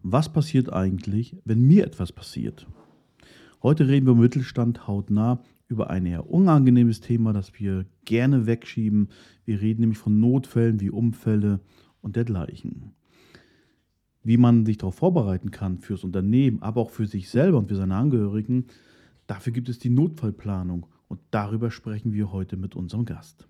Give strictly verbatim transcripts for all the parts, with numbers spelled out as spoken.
Was passiert eigentlich, wenn mir etwas passiert? Heute reden wir im Mittelstand hautnah über ein eher unangenehmes Thema, das wir gerne wegschieben. Wir reden nämlich von Notfällen wie Unfälle und dergleichen. Wie man sich darauf vorbereiten kann fürs Unternehmen, aber auch für sich selber und für seine Angehörigen, dafür gibt es die Notfallplanung. Und darüber sprechen wir heute mit unserem Gast.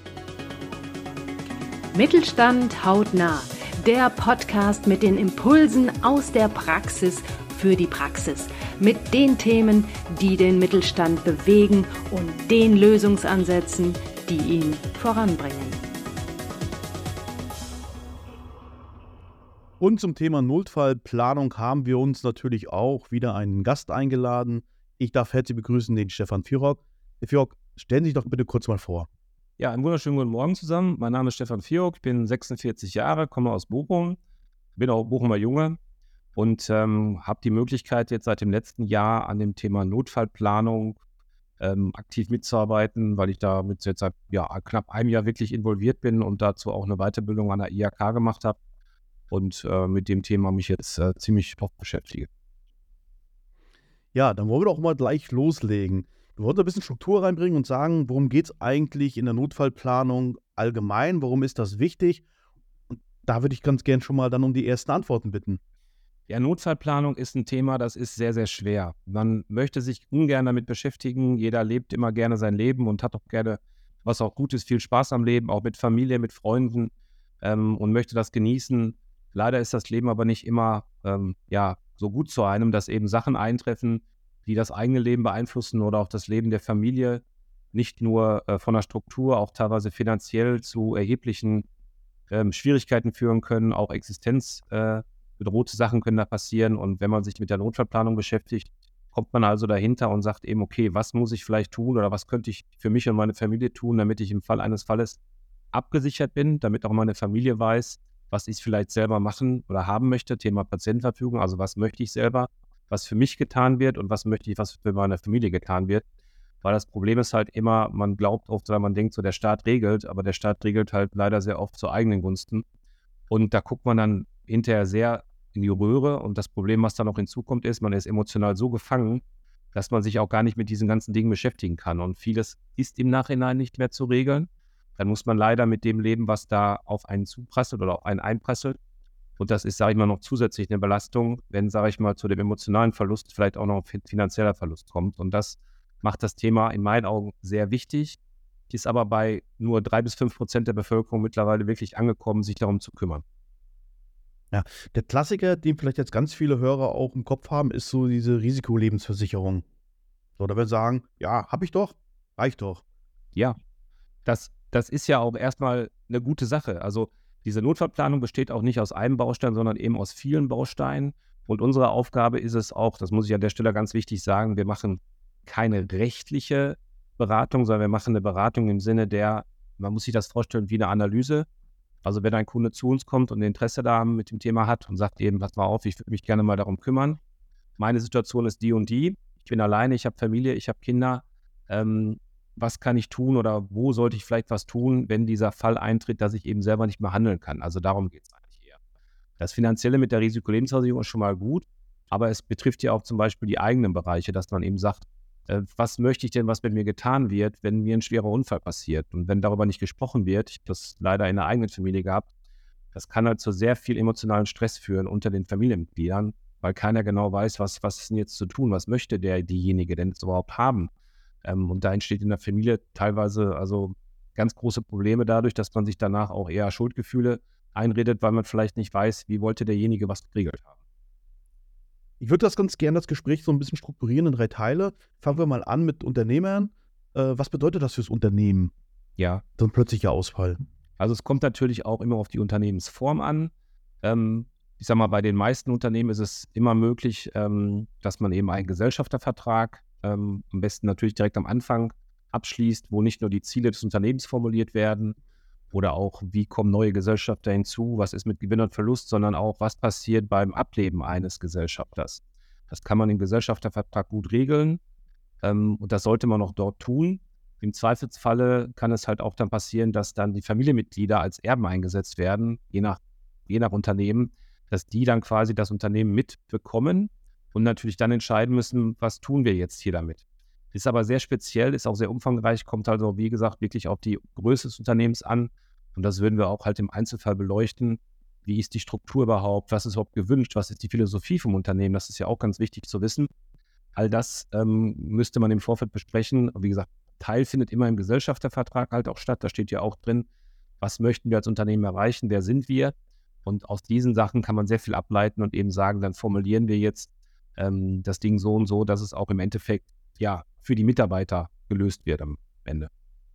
Mittelstand hautnah, der Podcast mit den Impulsen aus der Praxis für die Praxis, mit den Themen, die den Mittelstand bewegen und den Lösungsansätzen, die ihn voranbringen. Und zum Thema Notfallplanung haben wir uns natürlich auch wieder einen Gast eingeladen. Ich darf herzlich begrüßen den Stefan Vierok. Herr Vierok, stellen Sie sich doch bitte kurz mal vor. Ja, einen wunderschönen guten Morgen zusammen. Mein Name ist Stefan Vierok, ich bin sechsundvierzig Jahre, komme aus Bochum, bin auch Bochumer Junge und ähm, habe die Möglichkeit, jetzt seit dem letzten Jahr an dem Thema Notfallplanung ähm, aktiv mitzuarbeiten, weil ich da mit jetzt seit ja, knapp einem Jahr wirklich involviert bin und dazu auch eine Weiterbildung an der I H K gemacht habe und äh, mit dem Thema mich jetzt äh, ziemlich oft beschäftige. Ja, dann wollen wir doch mal gleich loslegen. Wir wollen da ein bisschen Struktur reinbringen und sagen, worum geht es eigentlich in der Notfallplanung allgemein? Warum ist das wichtig? Und da würde ich ganz gern schon mal dann um die ersten Antworten bitten. Ja, Notfallplanung ist ein Thema, das ist sehr, sehr schwer. Man möchte sich ungern damit beschäftigen. Jeder lebt immer gerne sein Leben und hat auch gerne, was auch gut ist, viel Spaß am Leben, auch mit Familie, mit Freunden ähm, und möchte das genießen. Leider ist das Leben aber nicht immer ähm, ja, so gut zu einem, dass eben Sachen eintreffen, die das eigene Leben beeinflussen oder auch das Leben der Familie, nicht nur äh, von der Struktur, auch teilweise finanziell zu erheblichen ähm, Schwierigkeiten führen können. Auch existenzbedrohte äh, Sachen können da passieren. Und wenn man sich mit der Notfallplanung beschäftigt, kommt man also dahinter und sagt eben, okay, was muss ich vielleicht tun oder was könnte ich für mich und meine Familie tun, damit ich im Fall eines Falles abgesichert bin, damit auch meine Familie weiß, was ich vielleicht selber machen oder haben möchte. Thema Patientenverfügung, also was möchte ich selber, was für mich getan wird und was möchte ich, was für meine Familie getan wird. Weil das Problem ist halt immer, man glaubt oft, weil man denkt, so der Staat regelt, aber der Staat regelt halt leider sehr oft zu eigenen Gunsten. Und da guckt man dann hinterher sehr in die Röhre. Und das Problem, was dann noch hinzukommt, ist, man ist emotional so gefangen, dass man sich auch gar nicht mit diesen ganzen Dingen beschäftigen kann. Und vieles ist im Nachhinein nicht mehr zu regeln. Dann muss man leider mit dem leben, was da auf einen zuprasselt oder auf einen einprasselt. Und das ist, sage ich mal, noch zusätzlich eine Belastung, wenn, sage ich mal, zu dem emotionalen Verlust vielleicht auch noch ein finanzieller Verlust kommt. Und das macht das Thema in meinen Augen sehr wichtig, ist aber bei nur drei bis fünf Prozent der Bevölkerung mittlerweile wirklich angekommen, sich darum zu kümmern. Ja, der Klassiker, den vielleicht jetzt ganz viele Hörer auch im Kopf haben, ist so diese Risikolebensversicherung. So, da werden sagen, ja, habe ich doch, reicht doch. Ja, das, das ist ja auch erstmal eine gute Sache. Also diese Notfallplanung besteht auch nicht aus einem Baustein, sondern eben aus vielen Bausteinen. Und unsere Aufgabe ist es auch, das muss ich an der Stelle ganz wichtig sagen, wir machen keine rechtliche Beratung, sondern wir machen eine Beratung im Sinne der, man muss sich das vorstellen wie eine Analyse. Also wenn ein Kunde zu uns kommt und Interesse da mit dem Thema hat und sagt eben, pass mal auf, ich würde mich gerne mal darum kümmern. Meine Situation ist die und die. Ich bin alleine, ich habe Familie, ich habe Kinder. Ähm, was kann ich tun oder wo sollte ich vielleicht was tun, wenn dieser Fall eintritt, dass ich eben selber nicht mehr handeln kann. Also darum geht es eigentlich eher. Das Finanzielle mit der Risikolebensversicherung ist schon mal gut, aber es betrifft ja auch zum Beispiel die eigenen Bereiche, dass man eben sagt, äh, was möchte ich denn, was mit mir getan wird, wenn mir ein schwerer Unfall passiert. Und wenn darüber nicht gesprochen wird, ich habe das leider in der eigenen Familie gehabt, das kann halt zu sehr viel emotionalen Stress führen unter den Familienmitgliedern, weil keiner genau weiß, was, was ist denn jetzt zu tun, was möchte der, diejenige denn jetzt überhaupt haben. Ähm, und da entsteht in der Familie teilweise also ganz große Probleme dadurch, dass man sich danach auch eher Schuldgefühle einredet, weil man vielleicht nicht weiß, wie wollte derjenige was geregelt haben. Ich würde das ganz gerne, das Gespräch so ein bisschen strukturieren in drei Teile. Fangen wir mal an mit Unternehmern. Äh, was bedeutet das fürs Unternehmen? Ja. So ein plötzlicher Ausfall. Also es kommt natürlich auch immer auf die Unternehmensform an. Ähm, ich sage mal, bei den meisten Unternehmen ist es immer möglich, ähm, dass man eben einen Gesellschaftervertrag ähm, am besten natürlich direkt am Anfang abschließt, wo nicht nur die Ziele des Unternehmens formuliert werden oder auch, wie kommen neue Gesellschafter hinzu, was ist mit Gewinn und Verlust, sondern auch, was passiert beim Ableben eines Gesellschafters. Das kann man im Gesellschaftervertrag gut regeln ähm, und das sollte man auch dort tun. Im Zweifelsfalle kann es halt auch dann passieren, dass dann die Familienmitglieder als Erben eingesetzt werden, je nach, je nach Unternehmen. dass die dann quasi das Unternehmen mitbekommen und natürlich dann entscheiden müssen, was tun wir jetzt hier damit. Ist aber sehr speziell, ist auch sehr umfangreich, kommt also, wie gesagt, wirklich auf die Größe des Unternehmens an. Und das würden wir auch halt im Einzelfall beleuchten. Wie ist die Struktur überhaupt? Was ist überhaupt gewünscht? Was ist die Philosophie vom Unternehmen? Das ist ja auch ganz wichtig zu wissen. All das ähm, müsste man im Vorfeld besprechen. Wie gesagt, Teil findet immer im Gesellschaftervertrag halt auch statt. Da steht ja auch drin, was möchten wir als Unternehmen erreichen? Wer sind wir? Und aus diesen Sachen kann man sehr viel ableiten und eben sagen, dann formulieren wir jetzt ähm, das Ding so und so, dass es auch im Endeffekt ja für die Mitarbeiter gelöst wird am Ende.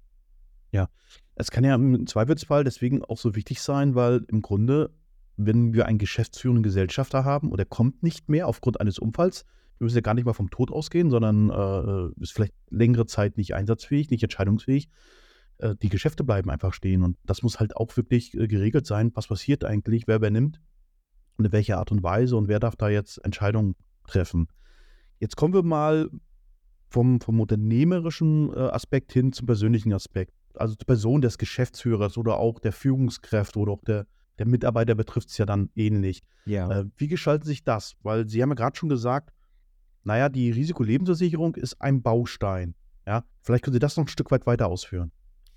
Ja, es kann ja im Zweifelsfall deswegen auch so wichtig sein, weil im Grunde, wenn wir einen geschäftsführenden Gesellschafter haben und er kommt nicht mehr aufgrund eines Unfalls, wir müssen ja gar nicht mal vom Tod ausgehen, sondern äh, ist vielleicht längere Zeit nicht einsatzfähig, nicht entscheidungsfähig. Äh, die Geschäfte bleiben einfach stehen und das muss halt auch wirklich äh, geregelt sein. Was passiert eigentlich, wer übernimmt und in welcher Art und Weise und wer darf da jetzt Entscheidungen treffen. Jetzt kommen wir mal vom, vom unternehmerischen äh, Aspekt hin zum persönlichen Aspekt. Also die Person des Geschäftsführers oder auch der Führungskräfte oder auch der, der Mitarbeiter betrifft es ja dann ähnlich. Ja. Äh, wie gestalten sich das? Weil Sie haben ja gerade schon gesagt, naja, die Risikolebensversicherung ist ein Baustein. Ja? Vielleicht können Sie das noch ein Stück weit weiter ausführen.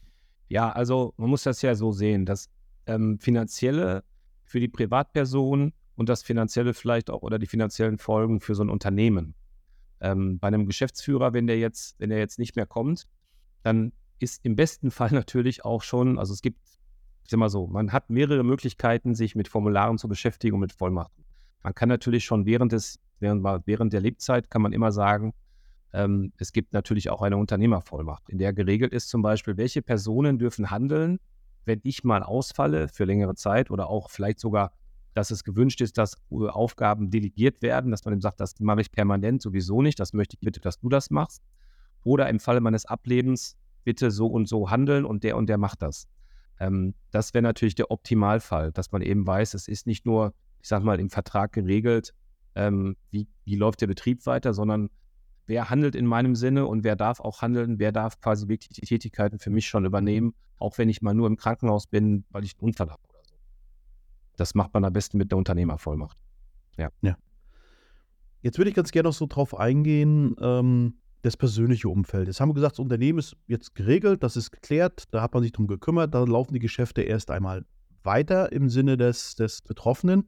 Ja, also man muss das ja so sehen, das ähm, Finanzielle für die Privatperson und das Finanzielle vielleicht auch oder die finanziellen Folgen für so ein Unternehmen. Ähm, bei einem Geschäftsführer, wenn der jetzt, wenn der jetzt nicht mehr kommt, dann ist im besten Fall natürlich auch schon, also es gibt, ich sag mal so, man hat mehrere Möglichkeiten, sich mit Formularen zu beschäftigen und mit Vollmachten. Man kann natürlich schon während des, während, während der Lebzeit kann man immer sagen, ähm, es gibt natürlich auch eine Unternehmervollmacht, in der geregelt ist zum Beispiel, welche Personen dürfen handeln, wenn ich mal ausfalle für längere Zeit oder auch vielleicht sogar, dass es gewünscht ist, dass Aufgaben delegiert werden, dass man eben sagt, das mache ich permanent sowieso nicht, das möchte ich bitte, dass du das machst. Oder im Falle meines Ablebens bitte so und so handeln und der und der macht das. Ähm, das wäre natürlich der Optimalfall, dass man eben weiß, es ist nicht nur, ich sage mal, im Vertrag geregelt, ähm, wie, wie läuft der Betrieb weiter, sondern wer handelt in meinem Sinne und wer darf auch handeln, wer darf quasi wirklich die Tätigkeiten für mich schon übernehmen, auch wenn ich mal nur im Krankenhaus bin, weil ich einen Unfall habe oder so. Das macht man am besten mit der Unternehmervollmacht. Ja. Ja. Jetzt würde ich ganz gerne noch so drauf eingehen, ähm, das persönliche Umfeld. Jetzt haben wir gesagt, das Unternehmen ist jetzt geregelt, das ist geklärt, da hat man sich drum gekümmert, da laufen die Geschäfte erst einmal weiter im Sinne des, des Betroffenen.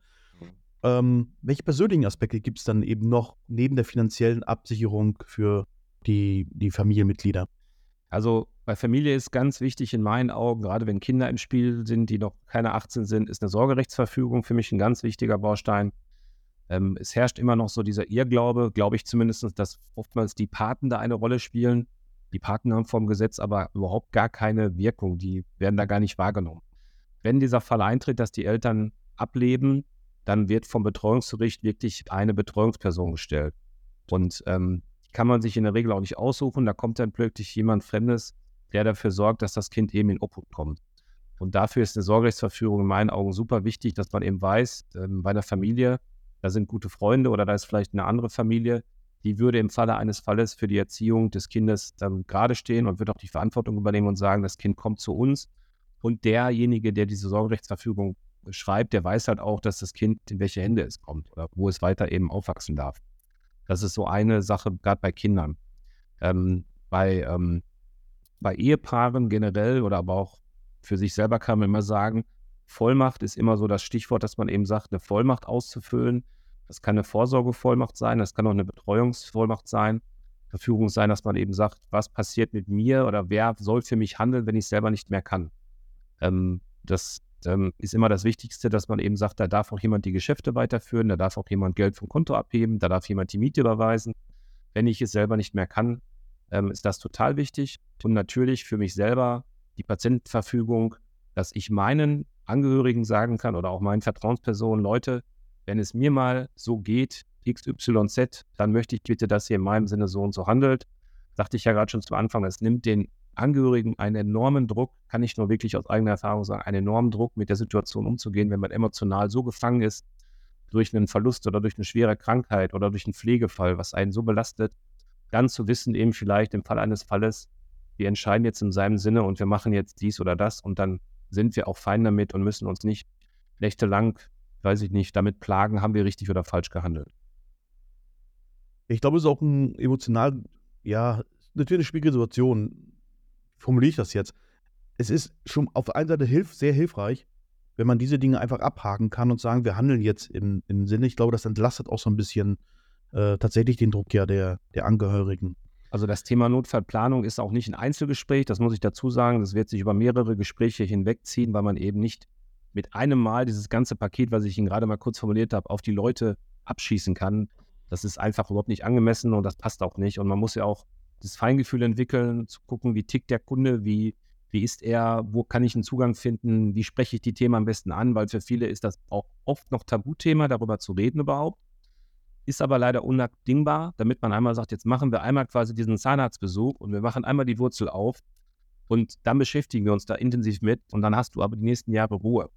Ähm, welche persönlichen Aspekte gibt es dann eben noch neben der finanziellen Absicherung für die, die Familienmitglieder? Also bei Familie ist ganz wichtig in meinen Augen, gerade wenn Kinder im Spiel sind, die noch keine achtzehn sind, ist eine Sorgerechtsverfügung für mich ein ganz wichtiger Baustein. Ähm, es herrscht immer noch so dieser Irrglaube, glaube ich zumindest, dass oftmals die Paten da eine Rolle spielen. Die Paten haben vom Gesetz aber überhaupt gar keine Wirkung, die werden da gar nicht wahrgenommen. Wenn dieser Fall eintritt, dass die Eltern ableben, dann wird vom Betreuungsgericht wirklich eine Betreuungsperson gestellt. Und ähm, die kann man sich in der Regel auch nicht aussuchen. Da kommt dann plötzlich jemand Fremdes, der dafür sorgt, dass das Kind eben in Obhut kommt. Und dafür ist eine Sorgerechtsverfügung in meinen Augen super wichtig, dass man eben weiß, ähm, bei einer Familie, da sind gute Freunde oder da ist vielleicht eine andere Familie, die würde im Falle eines Falles für die Erziehung des Kindes dann gerade stehen und wird auch die Verantwortung übernehmen und sagen, das Kind kommt zu uns. Und derjenige, der diese Sorgerechtsverfügung schreibt, der weiß halt auch, dass das Kind in welche Hände es kommt oder wo es weiter eben aufwachsen darf. Das ist so eine Sache, gerade bei Kindern. Ähm, bei, ähm, bei Ehepaaren generell oder aber auch für sich selber kann man immer sagen, Vollmacht ist immer so das Stichwort, dass man eben sagt, eine Vollmacht auszufüllen. Das kann eine Vorsorgevollmacht sein, das kann auch eine Betreuungsvollmacht sein, Verfügung sein, dass man eben sagt, was passiert mit mir oder wer soll für mich handeln, wenn ich selber nicht mehr kann. Ähm, das ähm, ist immer das Wichtigste, dass man eben sagt, da darf auch jemand die Geschäfte weiterführen, da darf auch jemand Geld vom Konto abheben, da darf jemand die Miete überweisen. Wenn ich es selber nicht mehr kann, ähm, ist das total wichtig. Und natürlich für mich selber die Patientenverfügung, dass ich meinen Angehörigen sagen kann oder auch meinen Vertrauenspersonen, Leute, wenn es mir mal so geht, X Y Z, dann möchte ich bitte, dass ihr in meinem Sinne so und so handelt. Sagte ich ja gerade schon zum Anfang, es nimmt den Angehörigen einen enormen Druck, kann ich nur wirklich aus eigener Erfahrung sagen, einen enormen Druck, mit der Situation umzugehen, wenn man emotional so gefangen ist durch einen Verlust oder durch eine schwere Krankheit oder durch einen Pflegefall, was einen so belastet, dann zu wissen, eben vielleicht im Fall eines Falles, wir entscheiden jetzt in seinem Sinne und wir machen jetzt dies oder das und dann sind wir auch fein damit und müssen uns nicht nächtelang weiß ich nicht, damit plagen, haben wir richtig oder falsch gehandelt. Ich glaube, es ist auch ein emotional, ja, natürlich eine schwierige Situation. Wie formuliere ich das jetzt? Es ist schon auf der einen Seite hilf, sehr hilfreich, wenn man diese Dinge einfach abhaken kann und sagen, wir handeln jetzt im, im Sinne. Ich glaube, das entlastet auch so ein bisschen äh, tatsächlich den Druck ja der, der Angehörigen. Also das Thema Notfallplanung ist auch nicht ein Einzelgespräch, das muss ich dazu sagen. Das wird sich über mehrere Gespräche hinwegziehen, weil man eben nicht mit einem Mal dieses ganze Paket, was ich Ihnen gerade mal kurz formuliert habe, auf die Leute abschießen kann. Das ist einfach überhaupt nicht angemessen und das passt auch nicht. Und man muss ja auch das Feingefühl entwickeln, zu gucken, wie tickt der Kunde, wie, wie ist er, wo kann ich einen Zugang finden, wie spreche ich die Themen am besten an, weil für viele ist das auch oft noch Tabuthema, darüber zu reden überhaupt. Ist aber leider unabdingbar, damit man einmal sagt, jetzt machen wir einmal quasi diesen Zahnarztbesuch und wir machen einmal die Wurzel auf und dann beschäftigen wir uns da intensiv mit und dann hast du aber die nächsten Jahre Ruhe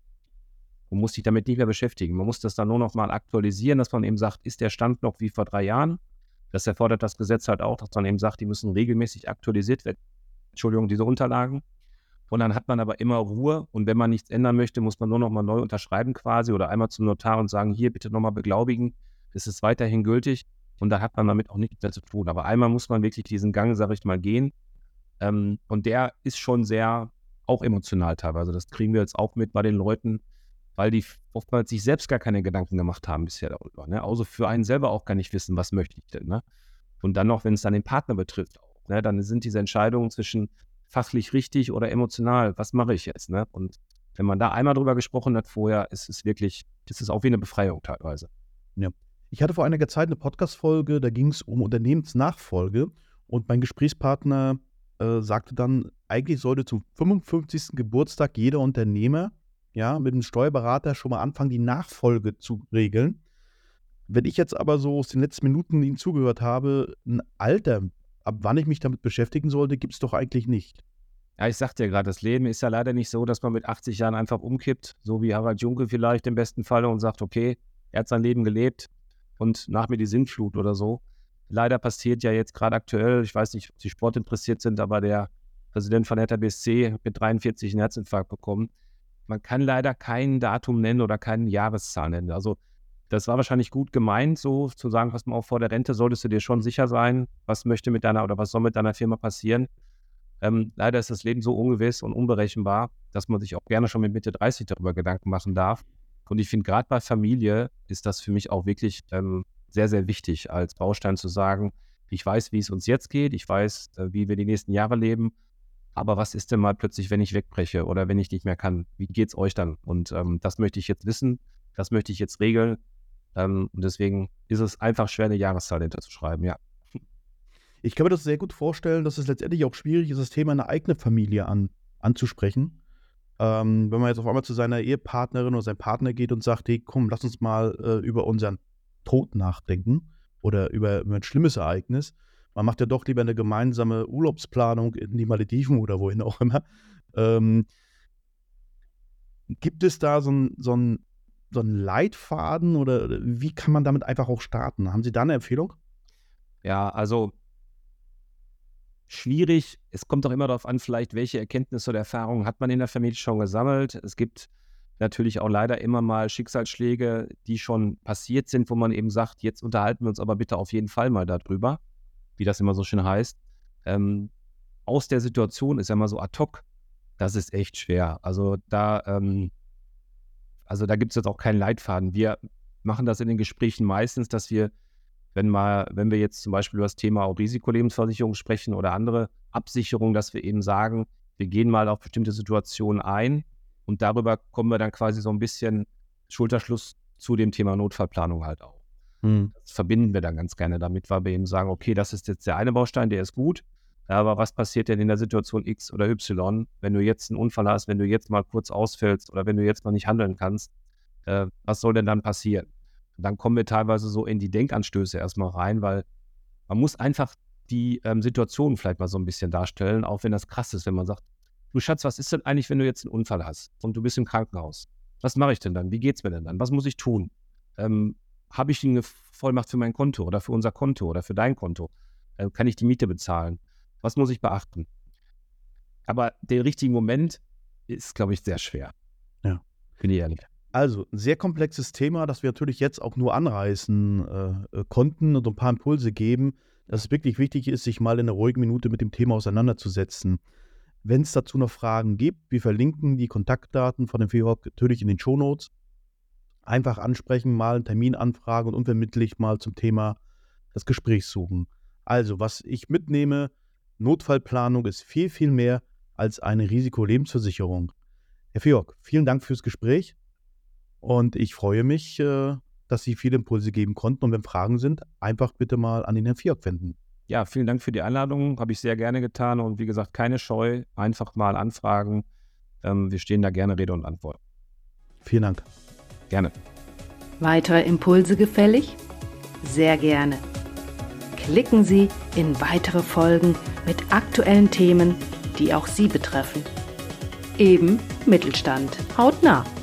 und musst dich damit nicht mehr beschäftigen. Man muss das dann nur noch mal aktualisieren, dass man eben sagt, ist der Stand noch wie vor drei Jahren? Das erfordert das Gesetz halt auch, dass man eben sagt, die müssen regelmäßig aktualisiert werden. Entschuldigung, diese Unterlagen. Und dann hat man aber immer Ruhe und wenn man nichts ändern möchte, muss man nur noch mal neu unterschreiben quasi oder einmal zum Notar und sagen, hier bitte nochmal beglaubigen. Das ist weiterhin gültig und da hat man damit auch nichts mehr zu tun. Aber einmal muss man wirklich diesen Gang, sage ich mal, gehen. Ähm, und der ist schon sehr, auch emotional teilweise. Das kriegen wir jetzt auch mit bei den Leuten, weil die oftmals sich selbst gar keine Gedanken gemacht haben bisher darüber. Ne? Also für einen selber auch gar nicht wissen, was möchte ich denn. Ne? Und dann noch, wenn es dann den Partner betrifft, auch, ne? Dann sind diese Entscheidungen zwischen fachlich richtig oder emotional, was mache ich jetzt? Ne? Und wenn man da einmal drüber gesprochen hat vorher, ist es wirklich, ist es auch wie eine Befreiung teilweise. Ja. Ich hatte vor einiger Zeit eine Podcast-Folge, da ging es um Unternehmensnachfolge und mein Gesprächspartner äh, sagte dann, eigentlich sollte zum fünfundfünfzigsten Geburtstag jeder Unternehmer ja, mit dem Steuerberater schon mal anfangen, die Nachfolge zu regeln. Wenn ich jetzt aber so aus den letzten Minuten Ihnen zugehört habe, ein Alter, ab wann ich mich damit beschäftigen sollte, gibt es doch eigentlich nicht. Ja, ich sagte ja gerade, das Leben ist ja leider nicht so, dass man mit achtzig Jahren einfach umkippt, so wie Harald Junke vielleicht im besten Falle und sagt, okay, er hat sein Leben gelebt und nach mir die Sintflut oder so. Leider passiert ja jetzt gerade aktuell, ich weiß nicht, ob Sie Sport interessiert sind, aber der Präsident von Hertha B S C hat mit dreiundvierzig einen Herzinfarkt bekommen. Man kann leider kein Datum nennen oder keine Jahreszahl nennen. Also das war wahrscheinlich gut gemeint, so zu sagen, pass mal auf, vor der Rente solltest du dir schon sicher sein, was möchte mit deiner oder was soll mit deiner Firma passieren. Ähm, leider ist das Leben so ungewiss und unberechenbar, dass man sich auch gerne schon mit Mitte dreißig darüber Gedanken machen darf. Und ich finde, gerade bei Familie ist das für mich auch wirklich ähm, sehr, sehr wichtig, als Baustein zu sagen, ich weiß, wie es uns jetzt geht, ich weiß, äh, wie wir die nächsten Jahre leben, aber was ist denn mal plötzlich, wenn ich wegbreche oder wenn ich nicht mehr kann? Wie geht's euch dann? Und ähm, das möchte ich jetzt wissen, das möchte ich jetzt regeln. Ähm, und deswegen ist es einfach schwer, eine Jahreszahl hinterzuschreiben, ja. Ich kann mir das sehr gut vorstellen, dass es letztendlich auch schwierig ist, das Thema eine eigene Familie an, anzusprechen. Ähm, wenn man jetzt auf einmal zu seiner Ehepartnerin oder seinem Partner geht und sagt, hey, komm, lass uns mal äh, über unseren Tod nachdenken oder über, über ein schlimmes Ereignis. Man macht ja doch lieber eine gemeinsame Urlaubsplanung in die Malediven oder wohin auch immer. Ähm, gibt es da so einen so ein, so ein Leitfaden oder wie kann man damit einfach auch starten? Haben Sie da eine Empfehlung? Ja, also schwierig. Es kommt auch immer darauf an, vielleicht welche Erkenntnisse oder Erfahrungen hat man in der Familie schon gesammelt. Es gibt natürlich auch leider immer mal Schicksalsschläge, die schon passiert sind, wo man eben sagt, jetzt unterhalten wir uns aber bitte auf jeden Fall mal darüber, wie das immer so schön heißt. Ähm, aus der Situation ist ja mal so ad hoc, das ist echt schwer. Also da, ähm, also da gibt es jetzt auch keinen Leitfaden. Wir machen das in den Gesprächen meistens, dass wir Wenn mal, wenn wir jetzt zum Beispiel über das Thema auch Risikolebensversicherung sprechen oder andere Absicherungen, dass wir eben sagen, wir gehen mal auf bestimmte Situationen ein und darüber kommen wir dann quasi so ein bisschen Schulterschluss zu dem Thema Notfallplanung halt auch. Hm. Das verbinden wir dann ganz gerne damit, weil wir eben sagen, okay, das ist jetzt der eine Baustein, der ist gut, aber was passiert denn in der Situation X oder Y, wenn du jetzt einen Unfall hast, wenn du jetzt mal kurz ausfällst oder wenn du jetzt mal nicht handeln kannst, äh, was soll denn dann passieren? Dann kommen wir teilweise so in die Denkanstöße erstmal rein, weil man muss einfach die ähm, Situation vielleicht mal so ein bisschen darstellen, auch wenn das krass ist, wenn man sagt, du Schatz, was ist denn eigentlich, wenn du jetzt einen Unfall hast und du bist im Krankenhaus? Was mache ich denn dann? Wie geht's mir denn dann? Was muss ich tun? Ähm, habe ich eine Vollmacht für mein Konto oder für unser Konto oder für dein Konto? Äh, kann ich die Miete bezahlen? Was muss ich beachten? Aber den richtigen Moment ist, glaube ich, sehr schwer. Ja. Bin ich ehrlich. Also, ein sehr komplexes Thema, das wir natürlich jetzt auch nur anreißen äh, äh, konnten und ein paar Impulse geben, dass es wirklich wichtig ist, sich mal in einer ruhigen Minute mit dem Thema auseinanderzusetzen. Wenn es dazu noch Fragen gibt, wir verlinken die Kontaktdaten von dem Fjord natürlich in den Shownotes. Einfach ansprechen, mal einen Termin anfragen und unvermittlich mal zum Thema das Gespräch suchen. Also, was ich mitnehme, Notfallplanung ist viel, viel mehr als eine Risikolebensversicherung. Herr Fjord, vielen Dank fürs Gespräch und ich freue mich, äh, dass Sie viele Impulse geben konnten. Und wenn Fragen sind, einfach bitte mal an den Herrn Fjord wenden. Ja, vielen Dank für die Einladung, habe ich sehr gerne getan und wie gesagt, keine Scheu, einfach mal anfragen. Ähm, wir stehen da gerne Rede und Antwort. Vielen Dank. Gerne. Weitere Impulse gefällig? Sehr gerne. Klicken Sie in weitere Folgen mit aktuellen Themen, die auch Sie betreffen. Eben Mittelstand hautnah.